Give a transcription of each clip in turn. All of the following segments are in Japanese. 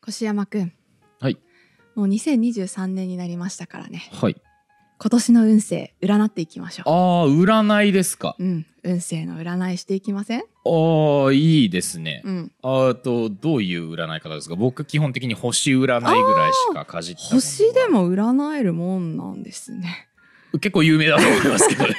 越山くん、 はい。 もう2023年になりましたからね。 はい。 今年の運勢占っていきましょう。 ああ、占いですか。 運勢の占いしていきません？ ああ、いいですね。 うん。 どういう占い方ですか？僕基本的に星占いぐらいしかかじったものは。 星でも占えるもんなんですね。 結構有名だと思いますけどね。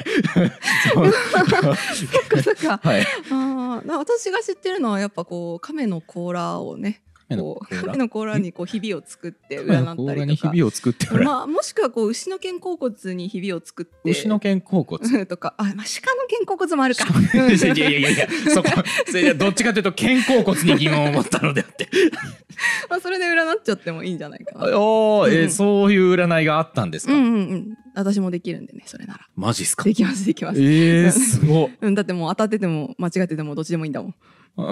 そっか。 はい。 私が知ってるのはやっぱこう亀の甲羅をね、亀の甲羅にこうひびを作って占った甲羅りとか、 にひびを作って占う。 もしくはこう牛の肩甲骨にひびを作って牛の肩甲骨とか、鹿の肩甲骨もあるか。 いやそれどっちかというと肩甲骨に疑問を持ったのであってそれで占っちゃってもいいんじゃないかな。 そういう占いがあったんですか？ 私もできるんでね、それなら。 マジっすか？ できます。 すごい。 だってもう当たってても間違っててもどっちでもいいんだもん。 そ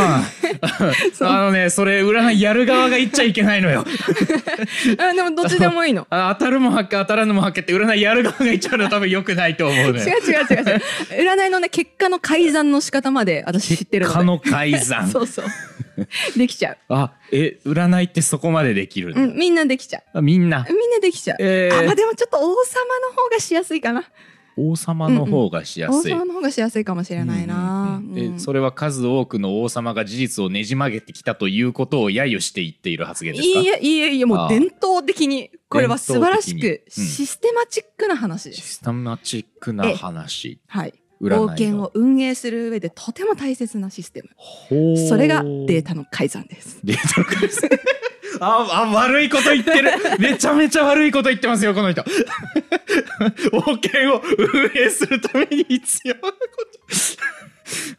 れ占いやる側が言っちゃいけないのよ。 でもどっちでもいいの。 当たるも発見当たらぬも発見って占いやる側が言っちゃうのは多分良くないと思うね。 違う。占いのね、結果の改ざんの仕方まで私知ってるので。 結果の改ざん。 そうできちゃう。 占いってそこまでできるんだ。 みんなできちゃう。 みんなできちゃう。でもちょっと王様の方がしやすいかな。 王様の方がしやすい。 王様の方がしやすいかもしれないな。 それは数多くの王様が事実をねじ曲げてきたということを揶揄して言っている発言ですか？ いや、もう伝統的にこれは素晴らしくシステマチックな話です。 システマチックな話。 はい。王権を運営する上でとても大切なシステム。それがデータの改ざんです。 データの改ざん。悪いこと言ってる。めちゃめちゃ悪いこと言ってますよ、この人。王権を運営するために必要なこと。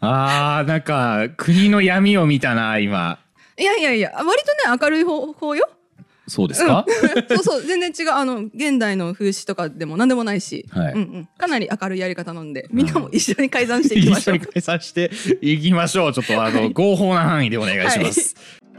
なんか国の闇を見たな、今。 いや、割とね、明るい方よ。 そうですか？ そう、全然違う。現代の風刺とかでも何でもないし、かなり明るいやり方なんで、みんなも一緒に改ざんしていきましょう。 一緒に改ざんしていきましょう。ちょっと合法な範囲でお願いします。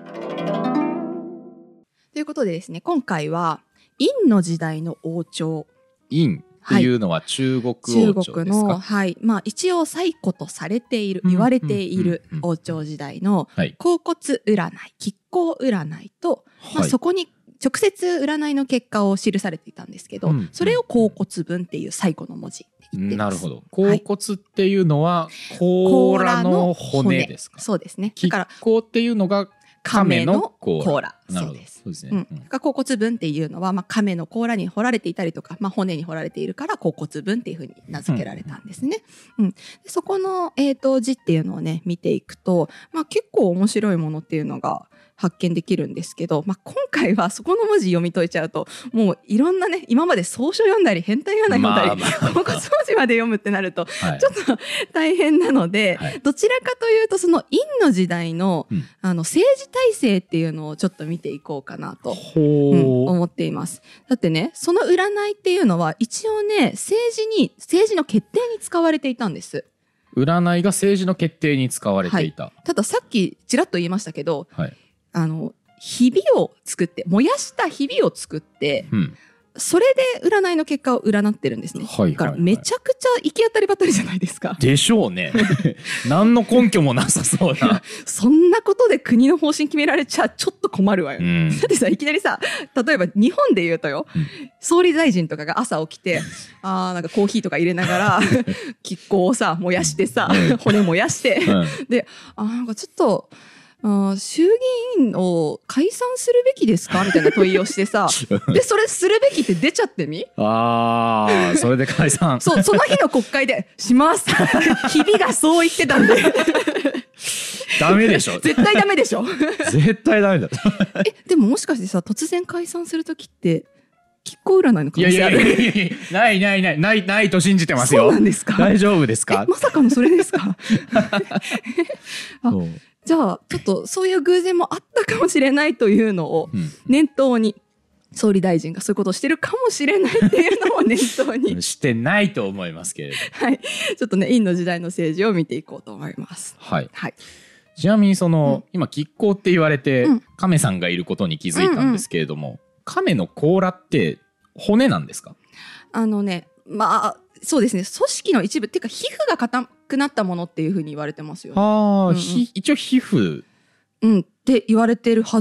ということでですね、今回は殷の時代の王朝。 殷っていうのは中国王朝ですか？ 中国の、一応最古とされている、言われている王朝時代の甲骨占い、亀甲占いと、そこに直接占いの結果を記されていたんですけど、それを甲骨文っていう最古の文字って言ってます。 なるほど。甲骨っていうのは甲羅の骨ですか？ そうですね。 だから亀甲っていうのが亀の甲羅。 そうです。そうですね。甲骨文っていうのは、亀の甲羅に彫られていたりとか、骨に彫られているから甲骨文っていうふうに名付けられたんですね。でそこの、字っていうのをね、見ていくと、結構面白いものっていうのが発見できるんですけど、今回はそこの文字読み解いちゃうと、もういろんなね、今まで草書読んだり変態読んだり甲骨文字まで読むってなると、ちょっと大変なので、どちらかというとその殷の時代の、政治体制っていうのをちょっと見ていこうかなと、思っています。だってね、その占いっていうのは一応ね、政治の決定に使われていたんです。 占いが政治の決定に使われていた。 たださっきちらっと言いましたけど、ひびを作って、燃やしたひびを作って、それで占いの結果を占ってるんですね。だからめちゃくちゃ行き当たりばったりじゃないですか。 でしょうね。何の根拠もなさそうな。 そんなことで国の方針決められちゃちょっと困るわよ。だってさ、いきなりさ、例えば日本で言うとよ、総理大臣とかが朝起きて、なんかコーヒーとか入れながら、亀甲をさ、燃やしてさ、骨燃やして、で、なんかちょっと、衆議院を解散するべきですかみたいな問いをしてさでそれするべきって出ちゃってみそれで解散その日の国会でします日々がそう言ってたんでダメでしょ絶対ダメでしょ絶対ダメだでももしかしてさ突然解散するときって亀甲占いの可能性ある？ ないと信じてますよ。 そうなんですか？ 大丈夫ですか？ まさかのそれですか？じゃあちょっとそういう偶然もあったかもしれないというのを念頭に、総理大臣がそういうことをしてるかもしれないっていうのを念頭にしてないと思いますけれどちょっとね殷の時代の政治を見ていこうと思います。 ちなみに今亀甲って言われて、亀さんがいることに気づいたんですけれども、亀の甲羅って骨なんですか？ そうですね、組織の一部っていうか皮膚が硬くなったものっていうふうに言われてますよね。 一応皮膚って言われてるはず。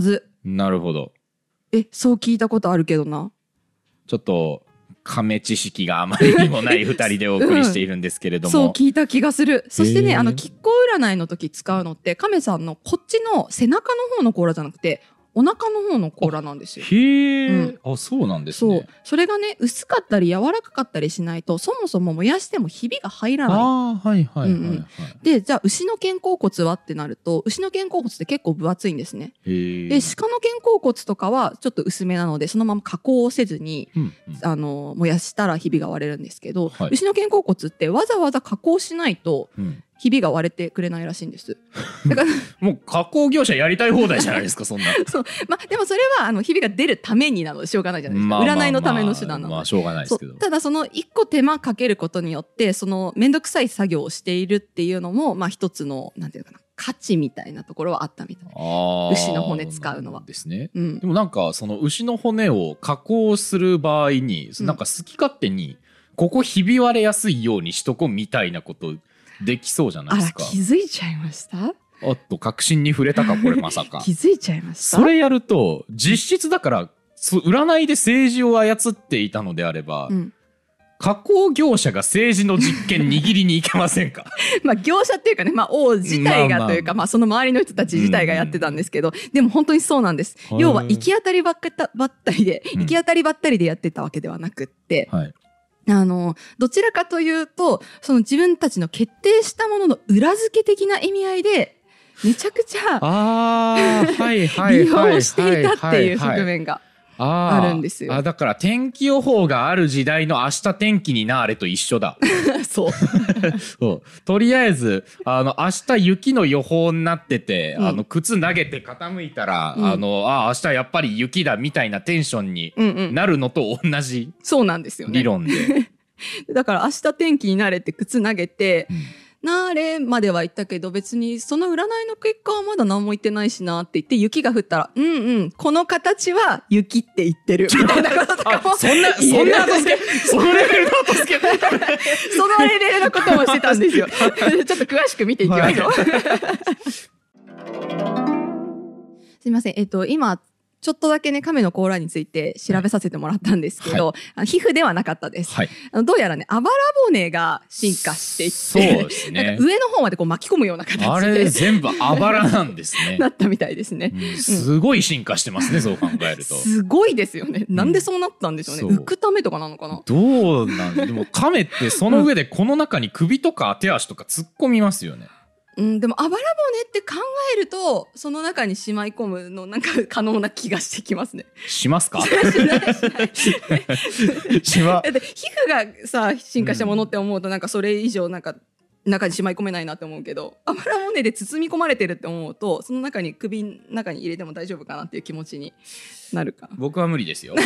なるほど。 そう聞いたことあるけどな。 ちょっと亀知識があまりにもない2人でお送りしているんですけれども、 そう聞いた気がする。そしてね、 へー亀甲占いの時使うのって亀さんのこっちの背中の方の甲羅じゃなくてお腹の方の甲羅なんですよ。 へえ、あ、そうなんですね。 それがね薄かったり柔らかかったりしないとそもそも燃やしてもひびが入らない。 はいはいはい、 でじゃあ牛の肩甲骨はってなると牛の肩甲骨って結構分厚いんですね。 へーで鹿の肩甲骨とかはちょっと薄めなのでそのまま加工をせずに、燃やしたらひびが割れるんですけど、牛の肩甲骨ってわざわざ加工しないと、ひびが割れてくれないらしいんです。だからもう加工業者やりたい放題じゃないですかそんな。 そうでもそれはひびが出るためになのでしょうがないじゃないですか。占いのための手段なので、 しょうがないですけど。 ただその一個手間かけることによってその面倒くさい作業をしているっていうのも一つのなんていうのかな価値みたいなところはあったみたい。牛の骨使うのはですね。でもなんかその牛の骨を加工する場合に、なんか好き勝手にここひび割れやすいようにしとこうみたいなことできそうじゃないですか。 気づいちゃいました。 おっと確信に触れたかこれまさか。 気づいちゃいました。 それやると実質だから占いで政治を操っていたのであれば、加工業者が政治の実権握りに行けませんか。 業者っていうかね、王自体がというか、その周りの人たち自体がやってたんですけど、でも本当にそうなんです。要は行き当たりばったりでやってたわけではなくって、どちらかというとその自分たちの決定したものの裏付け的な意味合いでめちゃくちゃ利用していたっていう側面があるんですよ。 だから天気予報がある時代の明日天気になーれと一緒だ。 そうとりあえず明日雪の予報になってて、靴投げて傾いたら、明日やっぱり雪だみたいなテンションになるのと同じそうなんですよね。 理論で。 だから明日天気になれって靴投げて、なれまでは言ったけど別にその占いの結果はまだ何も言ってないしなって言って雪が降ったらこの形は雪って言ってるみたいなこととかもそんな後付けそのレベルの後付けそのレベルのこともしてたんですよ。ちょっと詳しく見ていきましょう。すいません今ちょっとだけね亀の甲羅について調べさせてもらったんですけど、皮膚ではなかったです。どうやらねあばら骨が進化していってそうですね、 なんか上の方までこう巻き込むような形であれ全部あばらなんですね。 なったみたいですね。 すごい進化してますね、そう考えると。 すごいですよね。なんでそうなったんでしょうね。浮くためとかなのかな。 どうなんでも亀ってその上でこの中に首とか手足とか突っ込みますよね。 でもあばら骨って考えるとその中にしまい込むのなんか可能な気がしてきますね。 しますか？ しないだって皮膚がさ進化したものって思うとなんかそれ以上なんか中にしまい込めないなって思うけど、あばら骨で包み込まれてるって思うとその中に首の中に入れても大丈夫かなっていう気持ちになるか。 僕は無理ですよ。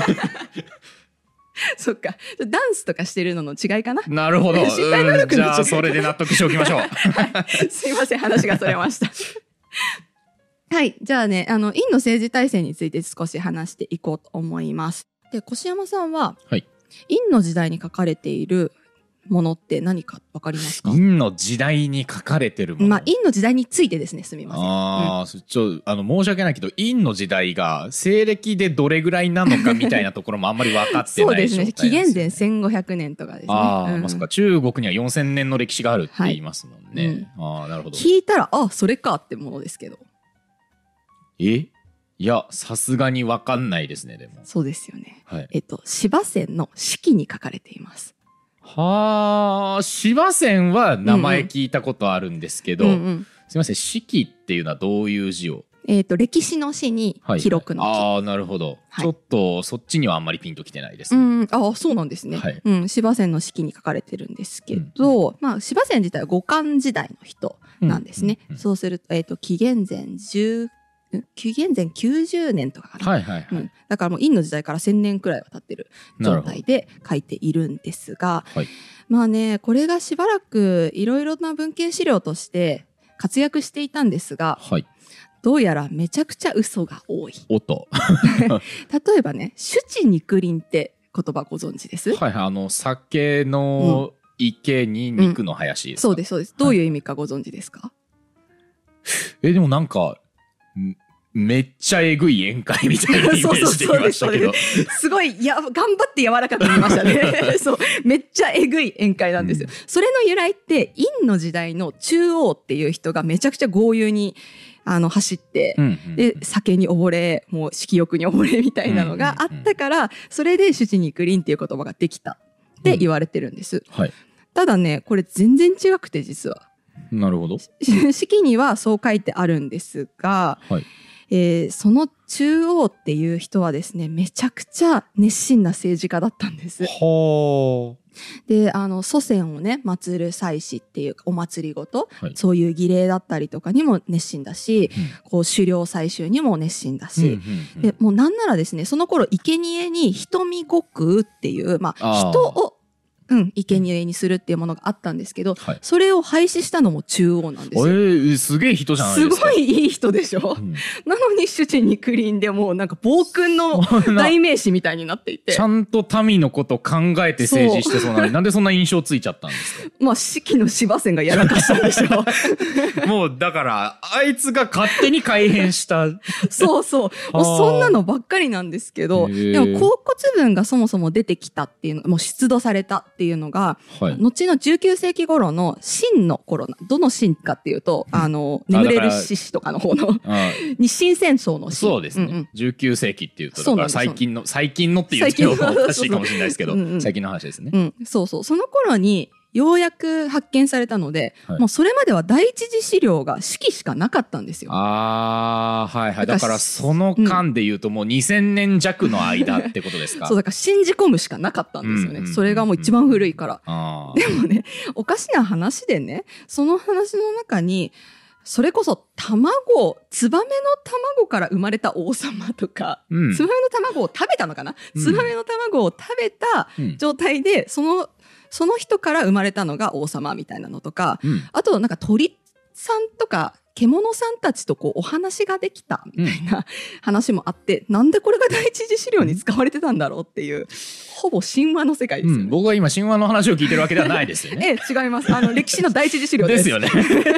そっか、ダンスとかしてるのの違いかな。 なるほど。 身体能力の違い。 じゃあそれで納得しておきましょう。 すいません、話がそれました。はい、じゃあね陰の政治体制について少し話していこうと思います。で越山さんは、陰の時代に書かれているものって何かわかりますか？ 陰の時代に書かれてるもの。 陰の時代についてですね。すみません。 申し訳ないけど陰の時代が西暦でどれぐらいなのかみたいなところもあんまり分かってない状態なんですよね。 そうですね。紀元前1500年とかですね。 そうか。中国には4000年の歴史があるって言いますもんね。なるほど。 聞いたらそれかってものですけど。 いやさすがに分かんないですね。でもそうですよね。司馬遷の史記に書かれています。 司馬遷は名前聞いたことあるんですけど、すみません、史記っていうのはどういう字を？ 歴史の史に記録の記。 なるほど、ちょっとそっちにはあんまりピンときてないですね。そうなんですね。司馬遷の史記に書かれてるんですけど、司馬遷自体は後漢時代の人なんですね。そうすると、紀元前90年とかかな。だからもう陰の時代から1000年くらいは経ってる状態で書いているんですが、これがしばらくいろいろな文献資料として活躍していたんですが、どうやらめちゃくちゃ嘘が多い。例えばね、酒池肉林って言葉ご存知です？ 酒の池に肉の林ですか？ そうですそうです。どういう意味かご存知ですか？ でもなんかめっちゃえぐい宴会みたいなイメージできましたけどすごい頑張って柔らかく言いましたねそうめっちゃえぐい宴会なんですよ、それの由来って殷の時代の中央っていう人がめちゃくちゃ豪遊に走って、で酒に溺れもう色欲に溺れみたいなのがあったから、それで酒池肉林っていう言葉ができたって言われてるんです、 はい、 ただねこれ全然違くて実はなるほど式にはそう書いてあるんですが、 はいその中央っていう人はですねめちゃくちゃ熱心な政治家だったんです。 はで祖先をね祀る祭祀っていうお祭りごと、 はい、 そういう儀礼だったりとかにも熱心だし、こう狩猟採集にも熱心だし、でもうなんならですねその頃生贄に瞳悟空っていう、人を生贄にするっていうものがあったんですけど、はい、それを廃止したのも中央なんですよ。 すげえ人じゃないですか。 すごいいい人でしょ、なのに酒池肉林でもうなんか暴君の代名詞みたいになっていてちゃんと民のこと考えて政治してそうなのになんでそんな印象ついちゃったんですか式の芝線がやらかしたんでしょもうだからあいつが勝手に改変したそうもうそんなのばっかりなんですけど、でも甲骨文がそもそも出てきたっていうのもう出土されたっていうのが、はい、後の19世紀頃の秦の頃どの秦かっていうと眠れる獅子とかの方の日清戦争の秦。 そうですね、19世紀っていうとだから最近のっていうとおかしいかもしれないですけど最近の話ですね、 その頃にようやく発見されたので、もうそれまでは第一次資料が式しかなかったんですよ。 だからその間でいうともう2000年弱の間ってことですかそうだから信じ込むしかなかったんですよね、それがもう一番古いから。でもねおかしな話でねその話の中にそれこそツバメの卵から生まれた王様とか、ツバメの卵を食べたのかな、ツバメの卵を食べた状態でその人から生まれたのが王様みたいなのとか、あとなんか鳥さんとか獣さんたちとこうお話ができたみたいな話もあって、なんでこれが第一次資料に使われてたんだろうっていうほぼ神話の世界ですよね、 僕は今神話の話を聞いてるわけではないですよね違います歴史の第一次資料ですですよね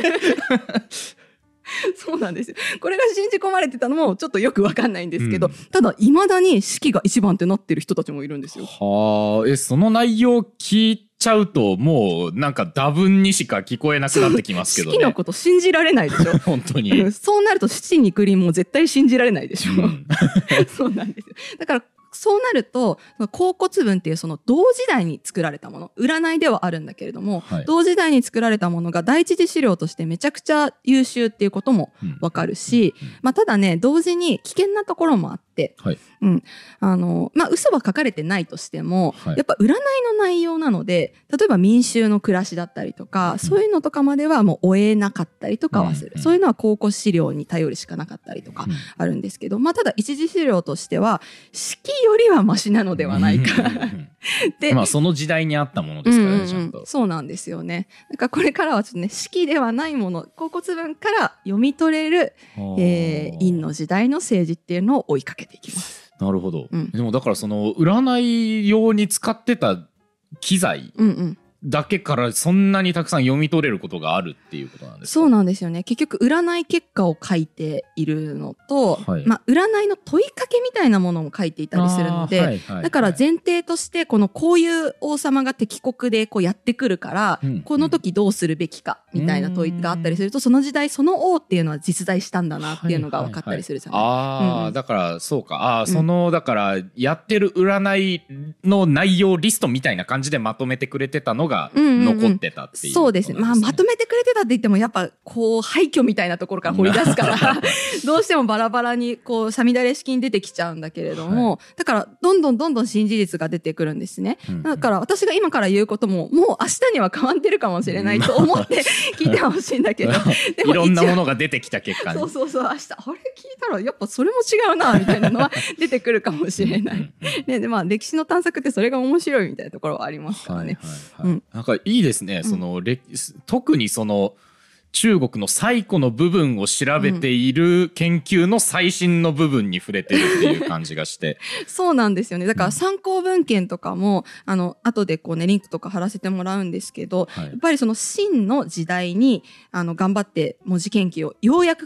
そうなんですよ。これが信じ込まれてたのもちょっとよくわかんないんですけど、ただ未だに式が一番ってなってる人たちもいるんですよ。 その内容聞いちゃうともうなんか多分にしか聞こえなくなってきますけどね。 式のこと信じられないでしょ本当にそうなると七肉林も絶対信じられないでしょ、そうなんですよ。だからそうなると甲骨文っていうその同時代に作られたもの、占いではあるんだけれども、同時代に作られたものが第一次資料としてめちゃくちゃ優秀っていうこともわかるし、ただね同時に危険なところもあって、嘘は書かれてないとしても、やっぱ占いの内容なので例えば民衆の暮らしだったりとか、そういうのとかまではもう追えなかったりとかはする、そういうのは甲骨資料に頼るしかなかったりとかあるんですけど、ただ一次資料としては式よりはマシなのではないかで、 その時代にあったものですからね、ちゃんと。 そうなんですよね。だからこれからはちょっとね式ではないもの、甲骨文から読み取れる、殷の時代の政治っていうのを追いかけていきます。 なるほど、でもだからその占い用に使ってた機材だけからそんなにたくさん読み取れることがあるっていうことなんですか？ そうなんですよね。結局占い結果を書いているのと、占いの問いかけみたいなものも書いていたりするので、だから前提としてこういう王様が敵国でやってくるから、この時どうするべきかみたいな問いがあったりすると、その時代その王っていうのは実在したんだなっていうのが分かったりするじゃない。 だからそうか、だからやってる占いの内容リストみたいな感じでまとめてくれてたのが残ってたっていう、 そうですね。まとめてくれてたって言ってもやっぱ廃墟みたいなところから掘り出すからどうしてもバラバラにさみだれ式に出てきちゃうんだけれども、だからどんどん新事実が出てくるんですね、だから私が今から言うことももう明日には変わってるかもしれないと思って聞いてほしいんだけどでもいろんなものが出てきた結果にそう明日あれ聞いたらやっぱそれも違うなみたいなのは出てくるかもしれないで歴史の探索ってそれが面白いみたいなところはありますからね。 なんかいいですね、特に中国の最古の部分を調べている研究の最新の部分に触れてるっていう感じがしてそうなんですよね。だから参考文献とかも後でリンクとか貼らせてもらうんですけど、やっぱり秦の時代に頑張って文字研究をようやく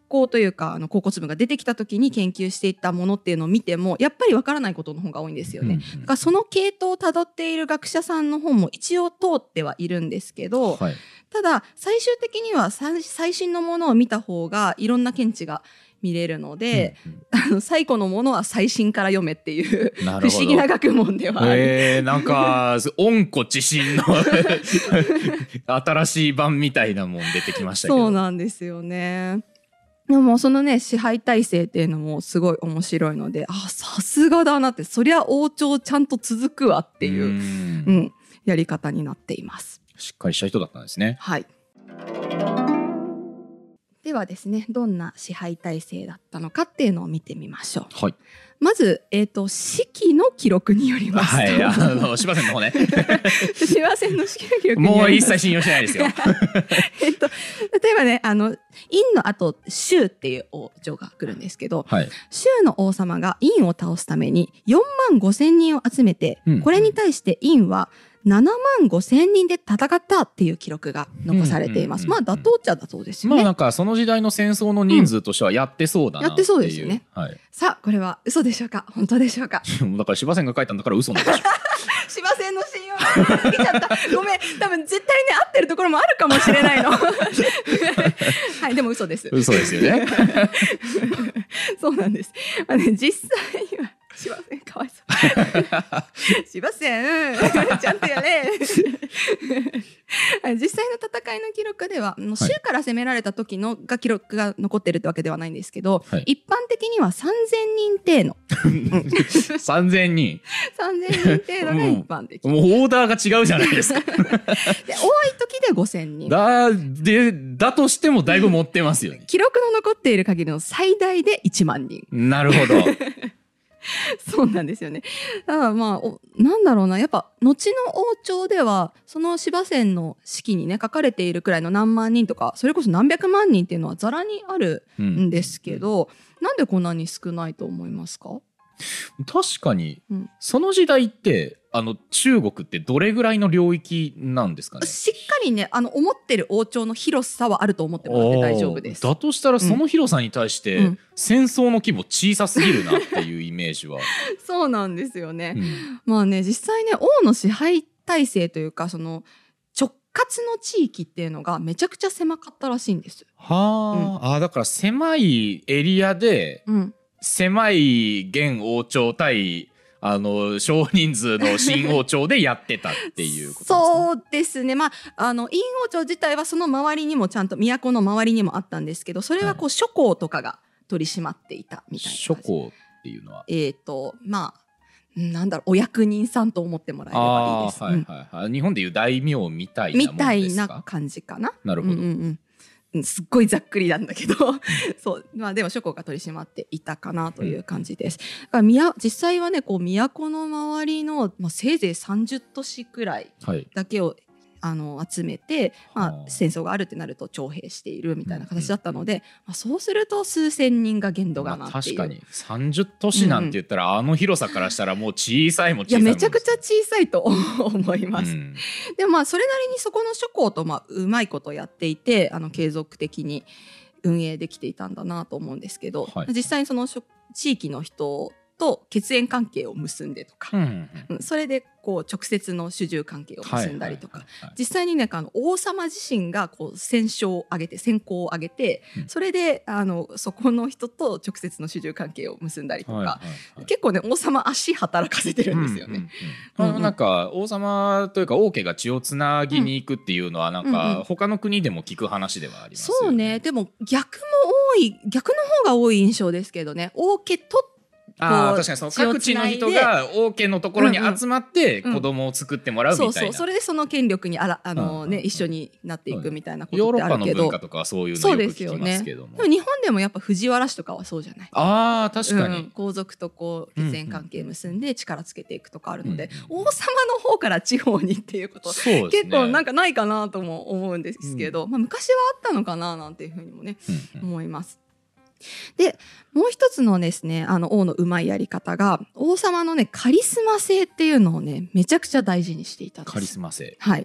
孔というか甲骨文が出てきた時に研究していったものっていうのを見てもやっぱりわからないことの方が多いんですよね。だからその系統をたどっている学者さんの本も一応通ってはいるんですけど、 はい、 ただ最終的には最新のものを見た方がいろんな見地が見れるので、最古のものは最新から読めっていう不思議な学問ではある。 なんか温故知新の新しい版みたいなもん出てきましたけど。 そうなんですよね。でもそのね支配体制っていうのもすごい面白いので、さすがだなって、そりゃ王朝ちゃんと続くわっていう、やり方になっています。 しっかりした人だったんですね。 はい。ではですね、どんな支配体制だったのかっていうのを見てみましょう。 はい。 まず、史の記録によりますと、 はい、司馬遷の方ね。 司馬遷の史の記録によります。 もう一切信用してないですよ。 例えばね、殷の後、周っていう王女が来るんですけど、 はい、 周の王様が殷を倒すために4万5千人を集めて、これに対して殷は7万5千人で戦ったっていう記録が残されています。まあ妥当っちゃ妥当ですよね。 まあなんかその時代の戦争の人数としてはやってそうだなっていう、 やってそうですよね。 はい、 さあこれは嘘でしょうか本当でしょうか。だから司馬遷が書いたんだから嘘なんでしょ。 司馬遷の信用が過ぎちゃった。ごめん、多分絶対ね合ってるところもあるかもしれないの。はい、でも嘘です。 嘘ですよね。 そうなんです。実際には司馬遷かわいそう。司馬遷ちゃんとやれ。実際の戦いの記録では周から攻められた時の記録が残ってるってわけではないんですけど、一般的には3000人程度。 3000人 3000人程度が一般的。 もうオーダーが違うじゃないですか。 で多い時で5000人だとしてもだいぶ持ってますよね。 記録の残っている限りの最大で1万人。 なるほど。 そうなんですよね。だからまあなんだろうな、やっぱ後の王朝ではその司馬遷の史にね書かれているくらいの何万人とかそれこそ何百万人っていうのはざらにあるんですけど、なんでこんなに少ないと思いますか？ 確かに、その時代って中国ってどれぐらいの領域なんですかね。 しっかりね思ってる王朝の広さはあると思ってもらって大丈夫です。 だとしたらその広さに対して、戦争の規模小さすぎるなっていうイメージは。 そうなんですよね。まあね実際ね王の支配体制というかその直轄の地域っていうのがめちゃくちゃ狭かったらしいんです。 だから狭いエリアで、狭い現王朝対少人数の新王朝でやってたっていうことですか？ そうですね。まあ殷王朝自体はその周りにもちゃんと都の周りにもあったんですけど、それはこう諸侯とかが取り締まっていたみたいな。 諸侯っていうのはまあなんだろう、お役人さんと思ってもらえればいいです。 はいはいはい。日本でいう大名みたいなものですか？みたいな感じかな。 なるほど。 すっごいざっくりなんだけどそう、まあ、でも諸侯が取り締まっていたかなという感じです。だから実際はねこう都の周りの、せいぜい30都市くらいだけを、集めて、戦争があるってなると徴兵しているみたいな形だったので、そうすると数千人が限度がなっていう、 確かに30都市なんて言ったら、広さからしたらもう小さいも小さいもん。 いやめちゃくちゃ小さいと思います。でもそれなりにそこの諸侯とうまいことやっていて継続的に運営できていたんだなと思うんですけど、実際にその地域の人と血縁関係を結んでとか、それでこう直接の主従関係を結んだりとか、実際にね王様自身がこう先行を挙げて、それでそこの人と直接の主従関係を結んだりとか、結構ね王様足働かせてるんですよね。 なんか王様というか王家が血をつなぎに行くっていうのはなんか他の国でも聞く話ではありますよね。 そうね。でも逆の方が多い印象ですけどね。王家と確かにその各地の人が王家のところに集まって子供を作ってもらうみたいな、 そうそれでその権力に一緒になっていくみたいなことってあるけど、 ヨーロッパの文化とかはそういうのよく聞きますけども、 でも日本でもやっぱ藤原氏とかはそうじゃない。 確かに、 皇族とこう血縁関係結んで力つけていくとかあるので、王様の方から地方にっていうこと、結構なんかないかなとも思うんですけど、昔はあったのかななんていうふうにもね、思います。でもう一つのですね王のうまいやり方が王様のねカリスマ性っていうのをねめちゃくちゃ大事にしていたんです。 カリスマ性、 はい。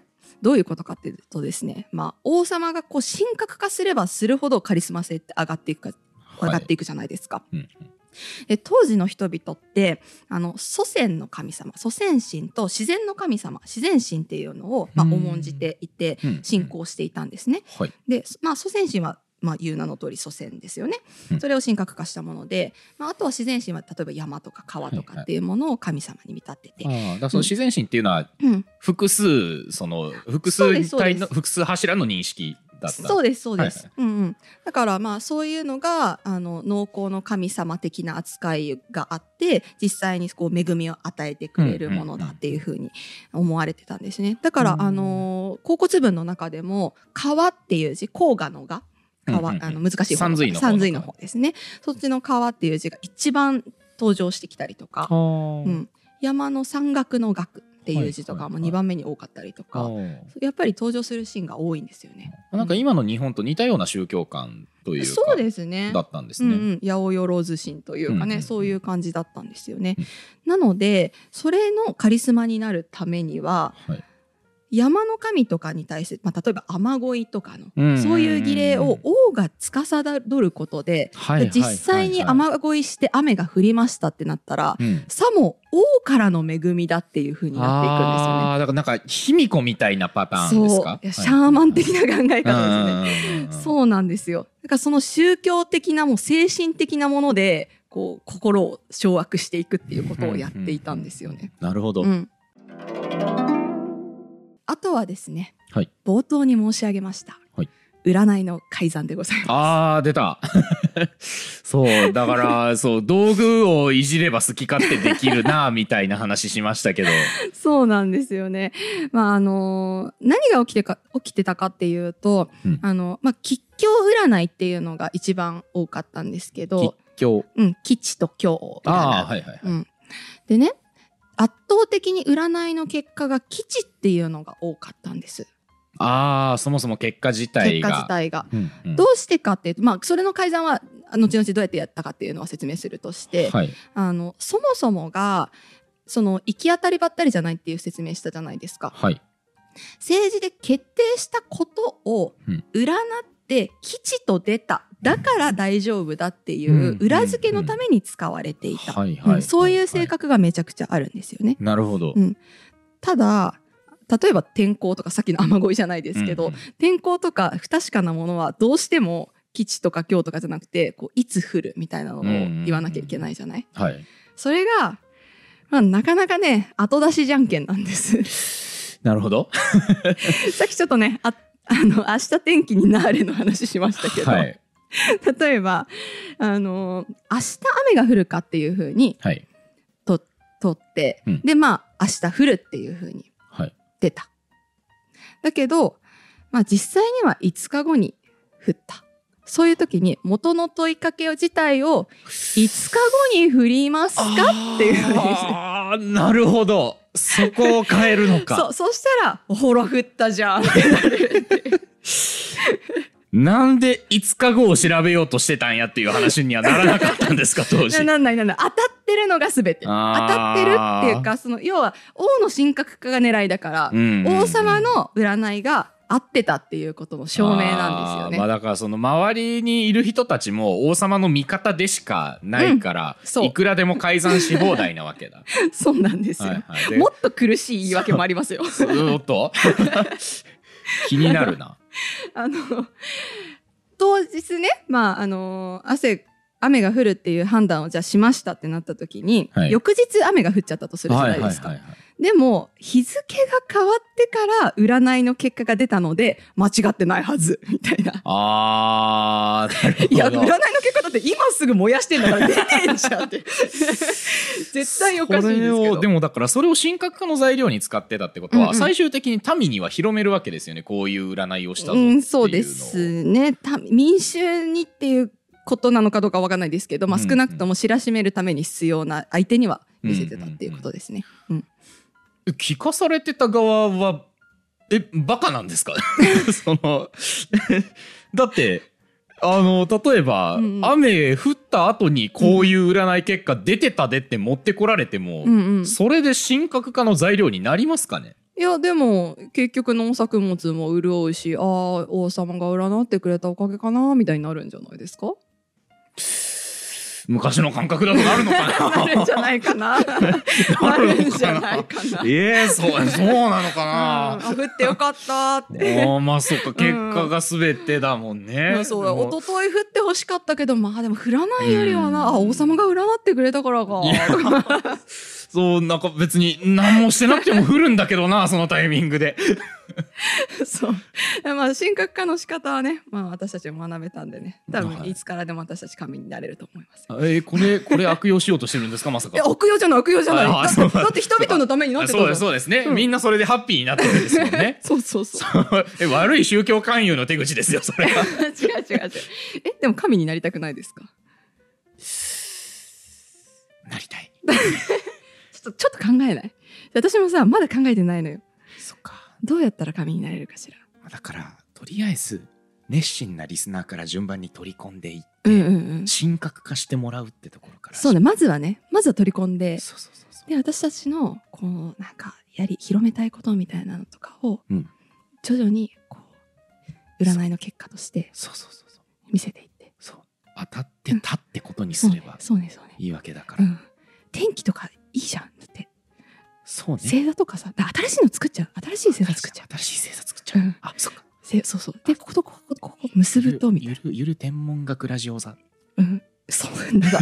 どういうことかっていうとですね、王様がこう神格化すればするほどカリスマ性って上がっていくじゃないですか。で当時の人々って祖先の神様、祖先神と自然の神様、自然神っていうのを重んじていて信仰していたんですね。で、祖先神は言う名の通り祖先ですよね。それを神格化したもので、あとは自然神は例えば山とか川とかっていうものを神様に見立てて、 だからその自然神っていうのは複数複数柱の認識だった。 そうですそうです、だからそういうのが農耕の神様的な扱いがあって実際にこう恵みを与えてくれるものだっていうふうに思われてたんですね。だから甲骨文の中でも川っていう字、黄河のが川、難しい方の山水の方ですね。そっちの川っていう字が一番登場してきたりとか、山の山岳の岳っていう字とかも2番目に多かったりとか、やっぱり登場するシーンが多いんですよね。 なんか今の日本と似たような宗教観というか、 そうですね、 だったんですね。 八百万神というかね、そういう感じだったんですよね。なのでそれのカリスマになるためには、山の神とかに対して、例えば雨乞いとかの、そういう儀礼を王が司ることで、実際に雨乞いして雨が降りましたってなったら、さも王からの恵みだっていう風になっていくんですよね。 だからなんか卑弥呼みたいなパターンですか？ そう、シャーマン的な考え方ですね。そうなんですよ。だからその宗教的なもう精神的なものでこう心を掌握していくっていうことをやっていたんですよね。 なるほど。 あとはですね、冒頭に申し上げました、占いの改ざんでございます。 出たそうだから道具をいじれば好き勝手できるなみたいな話しましたけどそうなんですよね。何が起きてたかっていうと、吉凶占いっていうのが一番多かったんですけど、吉と凶でね、圧倒的に占いの結果が吉っていうのが多かったんです。 そもそも結果自体が、 どうしてかっていうと、それの改ざんは後々どうやってやったかっていうのは説明するとして、そもそもがその行き当たりばったりじゃないっていう説明したじゃないですか。政治で決定したことを占って吉と出た、だから大丈夫だっていう裏付けのために使われていた、そういう性格がめちゃくちゃあるんですよね。 なるほど。 ただ例えば天候とかさっきの雨乞いじゃないですけど、天候とか不確かなものはどうしても吉とか凶とかじゃなくてこういつ降るみたいなのを言わなきゃいけないじゃない。それが、なかなかね後出しじゃんけんなんですなるほどさっきちょっとね明日天気になれの話しましたけど、例えば明日雨が降るかっていう風にとって、で明日降るっていう風に出た。だけど、実際には5日後に降った。そういう時に元の問いかけ自体を5日後に降りますかっていうふうにして。 なるほど。そこを変えるのか。 そしたらほら降ったじゃんってなるってなんで5日後を調べようとしてたんやっていう話にはならなかったんですか当時。 なんない当たってるのが全て。当たってるっていうか、要は王の神格化が狙いだから、王様の占いが合ってたっていうことの証明なんですよね。 だからその周りにいる人たちも王様の味方でしかないから、いくらでも改ざんし放題なわけだそうなんですよ、もっと苦しい言い訳もありますよおっと気になるな当日ね、雨が降るっていう判断をじゃあしましたってなった時に、翌日雨が降っちゃったとするじゃないですか。でも日付が変わってから占いの結果が出たので間違ってないはずみたいな。 なるほど。 いや占いの結果だって今すぐ燃やしてんだから出てんじゃんって絶対おかしいんですけど。 でもだからそれを神格化の材料に使ってたってことは、最終的に民には広めるわけですよね。こういう占いをしたぞっていうのを。 そうですね。民衆にっていうことなのかどうかわからないですけど、少なくとも知らしめるために必要な相手には見せてたっていうことですね。 聞かされてた側はバカなんですかだって例えば、雨降った後にこういう占い結果出てたでって持ってこられても、それで神格化の材料になりますかね。 いやでも結局農作物も潤うし、ああ王様が占ってくれたおかげかなみたいになるんじゃないですか。 昔の感覚だとなるのかな。 なるんじゃないかな。なるんじゃないかな。 そうなのかな。 あ降ってよかったって。 まあそっか、結果が全てだもんね。 そうだ、一昨日降ってほしかったけど、まあでも降らないよりはな、王様が占ってくれたからか。 そう、なんか別に何もしてなくても降るんだけどな、そのタイミングで。 そう。まあ神格化の仕方はね、まあ私たちも学べたんでね、多分いつからでも私たち神になれると思います。 これ悪用しようとしてるんですか、まさか。 悪用じゃない、悪用じゃない。だって人々のためになってたじゃん。 そうですね。みんなそれでハッピーになってるんですもんね。 そう。 悪い宗教勧誘の手口ですよ、それは。 違う。でも神になりたくないですか？ なりたい。 ちょっと考えない？私もさ、まだ考えてないのよ。 そっか。 どうやったら神になれるかしら。 だからとりあえず熱心なリスナーから順番に取り込んでいって、神格化してもらうってところから。 そうね、まずは取り込んで、 そうで私たちのこうなんか広めたいことみたいなのとかを徐々にこう占いの結果として見せていって、 当たってたってことにすればいいわけだから。 天気とかいいじゃん。だってそうね、 星座とかさ、新しいの作っちゃう。新しい星座作っちゃう。あ、そっか。そうで、ここ結ぶとみたいな。 ゆる天文学ラジオ座。 そうなんだ。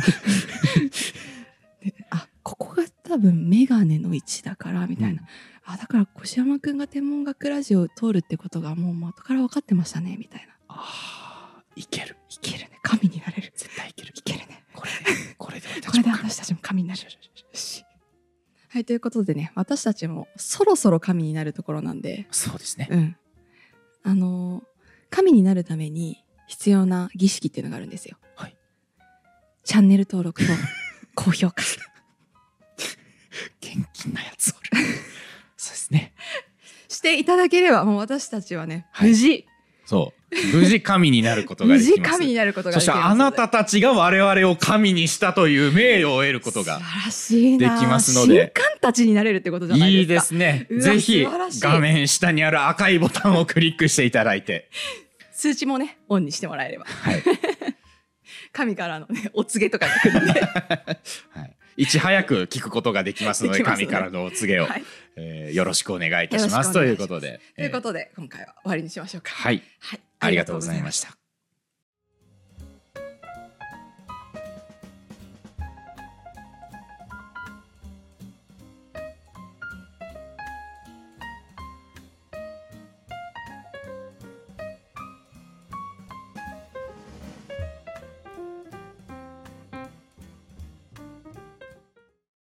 ここが多分メガネの位置だからみたいな。だから越山くんが天文学ラジオを通るってことがもう元から分かってましたねみたいな。いけるね。神になれる。絶対いけるね。これで私たちも神になれる。はい、ということでね、私たちもそろそろ神になるところなんで。 そうですね。 神になるために必要な儀式っていうのがあるんですよ。 はい。 チャンネル登録と高評価。 元気なやつおる。そうですね。 していただければ、もう私たちはね、無事神になることができます。 無事神になることができます。 そしてあなたたちが我々を神にしたという名誉を得ることができますので、 神たちになれるってことじゃないですか。 いいですね。ぜひ画面下にある赤いボタンをクリックしていただいて、 通知もねオンにしてもらえれば、神からのねお告げとかが来るんで、 いち早く聞くことができますので、神からのお告げを、よろしくお願いいたしますということで、 今回は終わりにしましょうか。 はい、ありがとうございました。